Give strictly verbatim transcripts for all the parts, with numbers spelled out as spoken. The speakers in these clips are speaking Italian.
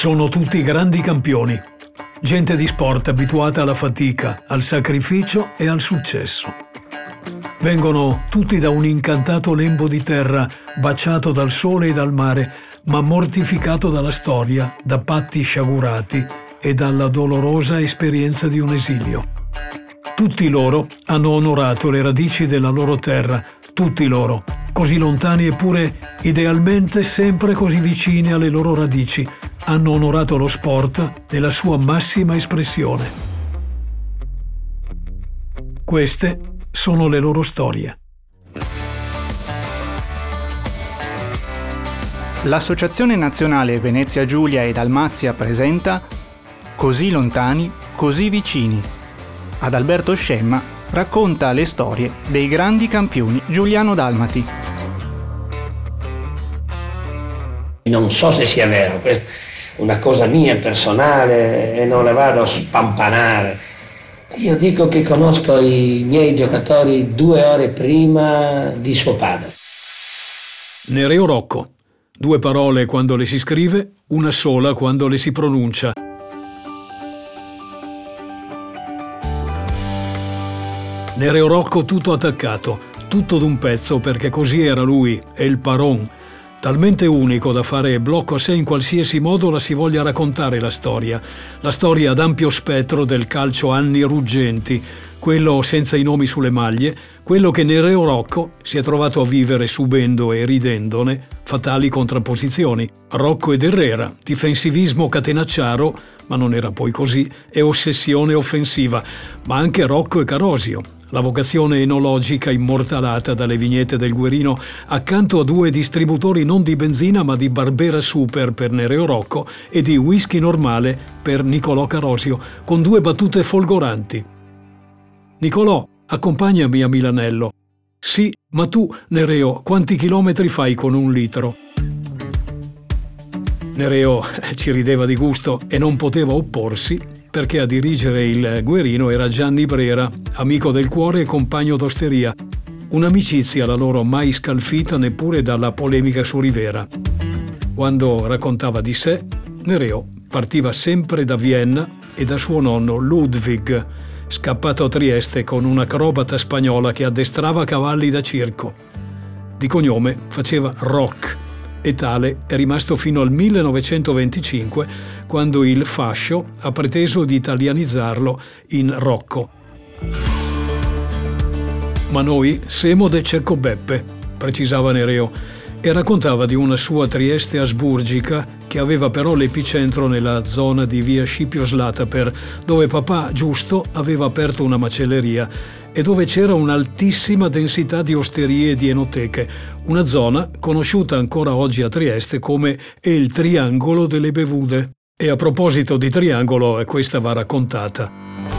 Sono tutti grandi campioni, gente di sport abituata alla fatica, al sacrificio e al successo. Vengono tutti da un incantato lembo di terra baciato dal sole e dal mare, ma mortificato dalla storia, da patti sciagurati e dalla dolorosa esperienza di un esilio. Tutti loro hanno onorato le radici della loro terra, tutti loro, così lontani eppure idealmente sempre così vicini alle loro radici, hanno onorato lo sport nella sua massima espressione. Queste sono le loro storie. L'Associazione Nazionale Venezia Giulia e Dalmazia presenta Così lontani, così vicini. Ad Alberto Scemma racconta le storie dei grandi campioni giuliano-dalmati. Non so se sia vero, questa è una cosa mia personale e non la vado a spampanare. Io dico che conosco i miei giocatori due ore prima di suo padre. Nereo Rocco. Due parole quando le si scrive, una sola quando le si pronuncia. Nereo Rocco tutto attaccato, tutto d'un pezzo perché così era lui, è il paron. Talmente unico da fare blocco a sé in qualsiasi modo la si voglia raccontare la storia. La storia ad ampio spettro del calcio anni ruggenti, quello senza i nomi sulle maglie, quello che Nereo Rocco si è trovato a vivere subendo e ridendone fatali contrapposizioni. Rocco ed Herrera, difensivismo catenacciaro, ma non era poi così, e ossessione offensiva, ma anche Rocco e Carosio. La vocazione enologica immortalata dalle vignette del Guerino accanto a due distributori non di benzina ma di Barbera Super per Nereo Rocco e di whisky normale per Nicolò Carosio, con due battute folgoranti. Nicolò, accompagnami a Milanello. Sì, ma tu, Nereo, quanti chilometri fai con un litro? Nereo ci rideva di gusto e non poteva opporsi, perché a dirigere il Guerino era Gianni Brera, amico del cuore e compagno d'osteria. Un'amicizia la loro mai scalfita neppure dalla polemica su Rivera. Quando raccontava di sé, Nereo partiva sempre da Vienna e da suo nonno Ludwig, scappato a Trieste con un'acrobata spagnola che addestrava cavalli da circo. Di cognome faceva Rock, e tale è rimasto fino al millenovecentoventicinque, quando il fascio ha preteso di italianizzarlo in Rocco. Ma noi semo de Cecco Beppe, precisava Nereo, e raccontava di una sua Trieste asburgica che aveva però l'epicentro nella zona di via Scipio Slataper, dove papà Giusto aveva aperto una macelleria e dove c'era un'altissima densità di osterie e di enoteche, una zona conosciuta ancora oggi a Trieste come il Triangolo delle Bevude. E a proposito di triangolo, questa va raccontata.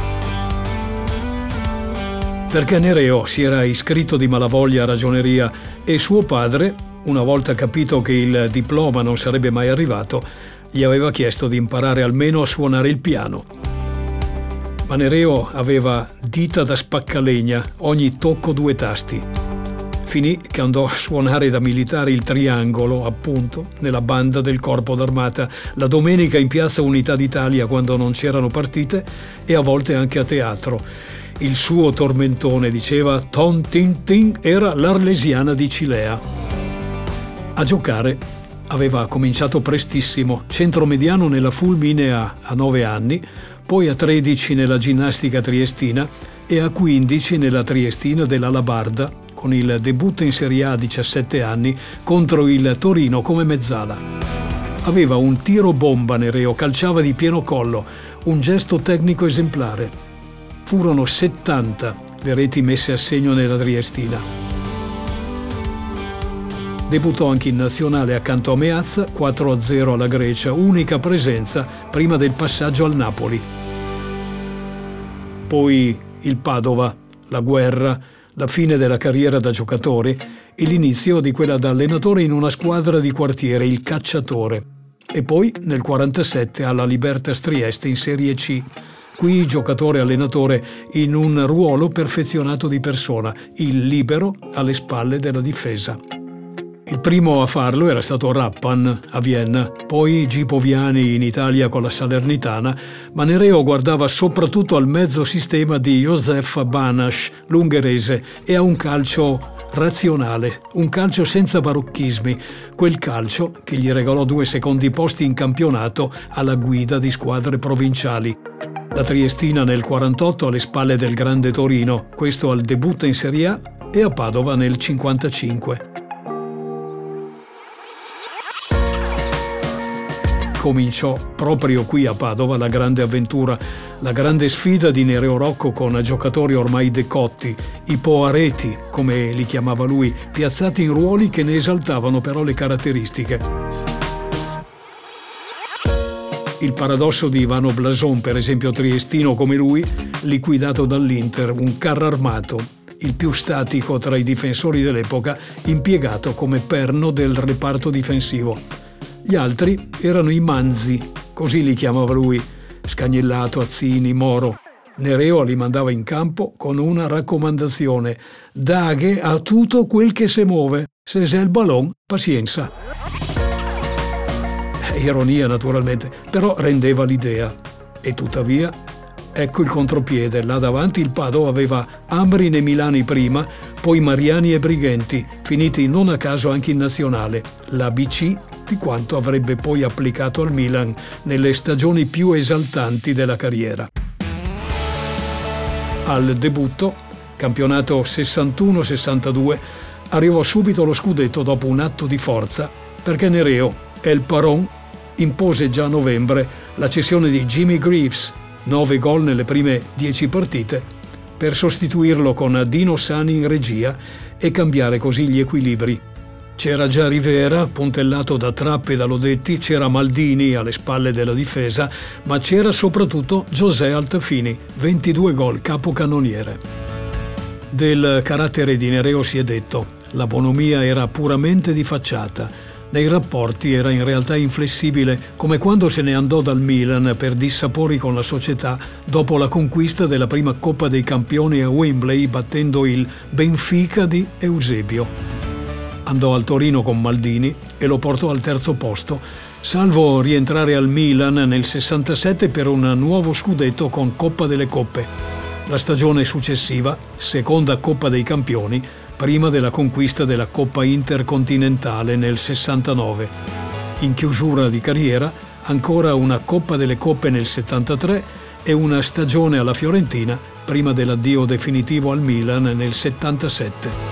Perché Nereo si era iscritto di malavoglia a ragioneria e suo padre, una volta capito che il diploma non sarebbe mai arrivato, gli aveva chiesto di imparare almeno a suonare il piano. Ma Nereo aveva dita da spaccalegna, ogni tocco due tasti. Finì che andò a suonare da militare il triangolo, appunto, nella banda del Corpo d'Armata, la domenica in Piazza Unità d'Italia quando non c'erano partite e a volte anche a teatro. Il suo tormentone, diceva, ton tin tin, era l'Arlesiana di Cilea. A giocare aveva cominciato prestissimo, centromediano nella Fulminea a nove anni, poi a tredici nella ginnastica triestina e a quindici nella triestina della Labarda, con il debutto in Serie A a diciassette anni contro il Torino come mezzala. Aveva un tiro bomba Nereo, calciava di pieno collo, un gesto tecnico esemplare. Furono settanta le reti messe a segno nella triestina. Debuttò anche in nazionale accanto a Meazza, quattro a zero alla Grecia, unica presenza prima del passaggio al Napoli. Poi il Padova, la guerra, la fine della carriera da giocatore e l'inizio di quella da allenatore in una squadra di quartiere, il Cacciatore. E poi nel quarantasette alla Libertas Trieste in Serie C. Qui giocatore-allenatore in un ruolo perfezionato di persona, il libero alle spalle della difesa. Il primo a farlo era stato Rappan a Vienna, poi Gipo Viani in Italia con la Salernitana, ma Nereo guardava soprattutto al mezzo sistema di József Bános, l'ungherese, e a un calcio razionale, un calcio senza barocchismi, quel calcio che gli regalò due secondi posti in campionato alla guida di squadre provinciali. La Triestina nel quarantotto alle spalle del grande Torino, questo al debutto in Serie A, e a Padova nel cinquantacinque. Cominciò proprio qui a Padova la grande avventura, la grande sfida di Nereo Rocco con giocatori ormai decotti, i poareti, come li chiamava lui, piazzati in ruoli che ne esaltavano però le caratteristiche. Il paradosso di Ivano Blason, per esempio triestino come lui, liquidato dall'Inter, un carro armato, il più statico tra i difensori dell'epoca, impiegato come perno del reparto difensivo. Gli altri erano i manzi, così li chiamava lui, Scagnellato, Azzini, Moro. Nereo li mandava in campo con una raccomandazione: daghe a tutto quel che se muove, se c'è il ballon, pazienza. Ironia naturalmente, però rendeva l'idea. E tuttavia, ecco il contropiede. Là davanti il Padova aveva Ambrin e Milani prima, poi Mariani e Brighenti, finiti non a caso anche in nazionale, la B C di quanto avrebbe poi applicato al Milan nelle stagioni più esaltanti della carriera. Al debutto, campionato sessantuno sessantadue, arrivò subito lo scudetto dopo un atto di forza, perché Nereo, El Paron, impose già a novembre la cessione di Jimmy Greaves, nove gol nelle prime dieci partite, per sostituirlo con Dino Sani in regia e cambiare così gli equilibri. C'era già Rivera, puntellato da Trapp e da Lodetti, c'era Maldini alle spalle della difesa, ma c'era soprattutto José Altafini, ventidue gol, capocannoniere. Del carattere di Nereo si è detto: la bonomia era puramente di facciata, nei rapporti era in realtà inflessibile, come quando se ne andò dal Milan per dissapori con la società dopo la conquista della prima Coppa dei Campioni a Wembley battendo il Benfica di Eusebio. Andò al Torino con Maldini e lo portò al terzo posto, salvo rientrare al Milan nel sessantasette per un nuovo scudetto con Coppa delle Coppe. La stagione successiva, seconda Coppa dei Campioni, prima della conquista della Coppa Intercontinentale nel sessantanove. In chiusura di carriera, ancora una Coppa delle Coppe nel settantatré e una stagione alla Fiorentina prima dell'addio definitivo al Milan nel settantasette.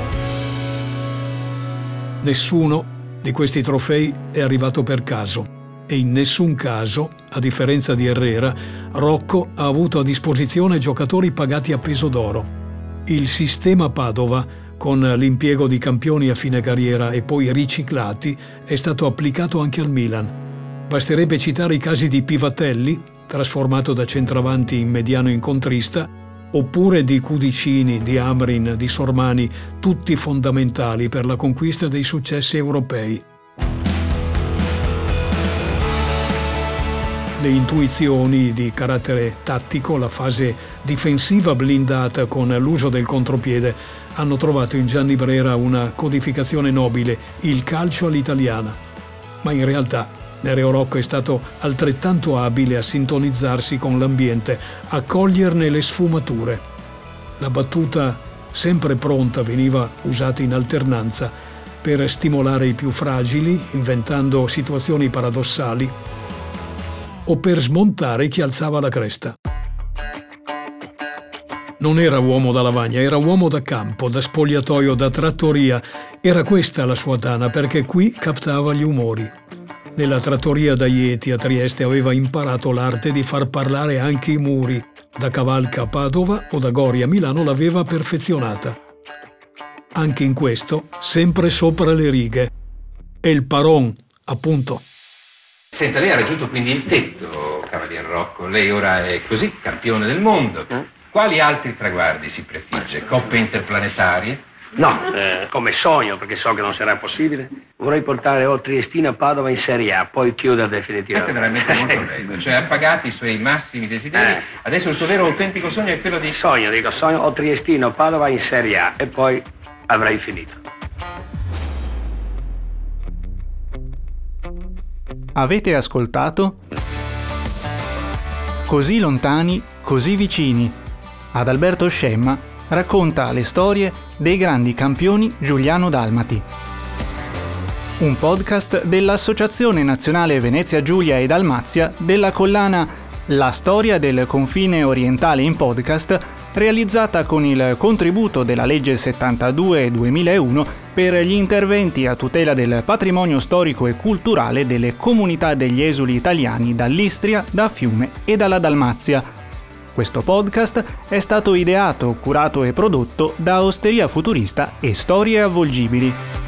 Nessuno di questi trofei è arrivato per caso e in nessun caso, a differenza di Herrera, Rocco ha avuto a disposizione giocatori pagati a peso d'oro. Il sistema Padova, con l'impiego di campioni a fine carriera e poi riciclati, è stato applicato anche al Milan. Basterebbe citare i casi di Pivatelli, trasformato da centravanti in mediano incontrista, oppure di Cudicini, di Amrin, di Sormani, tutti fondamentali per la conquista dei successi europei. Le intuizioni di carattere tattico, la fase difensiva blindata con l'uso del contropiede, hanno trovato in Gianni Brera una codificazione nobile, il calcio all'italiana. Ma in realtà Nereo Rocco è stato altrettanto abile a sintonizzarsi con l'ambiente, a coglierne le sfumature. La battuta sempre pronta veniva usata in alternanza per stimolare i più fragili, inventando situazioni paradossali, o per smontare chi alzava la cresta. Non era uomo da lavagna, era uomo da campo, da spogliatoio, da trattoria. Era questa la sua tana, perché qui captava gli umori. Nella trattoria da Ieti a Trieste aveva imparato l'arte di far parlare anche i muri. Da Cavalca a Padova o da Gori a Milano l'aveva perfezionata. Anche in questo, sempre sopra le righe. E il Paron, appunto. Senta, lei ha raggiunto quindi il tetto, Cavalier Rocco. Lei ora è così, campione del mondo. Quali altri traguardi si prefigge? Coppe interplanetarie? No, eh, come sogno, perché so che non sarà possibile, vorrei portare o Triestina a Padova in Serie A, poi chiudere definitivamente. Questo è veramente molto bello, cioè ha pagato i suoi massimi desideri, eh. Adesso il suo vero autentico sogno è quello di... Sogno, dico, sogno o Triestino a Padova in Serie A e poi avrei finito. Avete ascoltato? Così lontani, così vicini. Adalberto Scemma racconta le storie dei grandi campioni giuliano-dalmati. Un podcast dell'Associazione Nazionale Venezia Giulia e Dalmazia della collana La storia del confine orientale in podcast, realizzata con il contributo della legge settantadue duemilauno per gli interventi a tutela del patrimonio storico e culturale delle comunità degli esuli italiani dall'Istria, da Fiume e dalla Dalmazia. Questo podcast è stato ideato, curato e prodotto da Osteria Futurista e Storie Avvolgibili.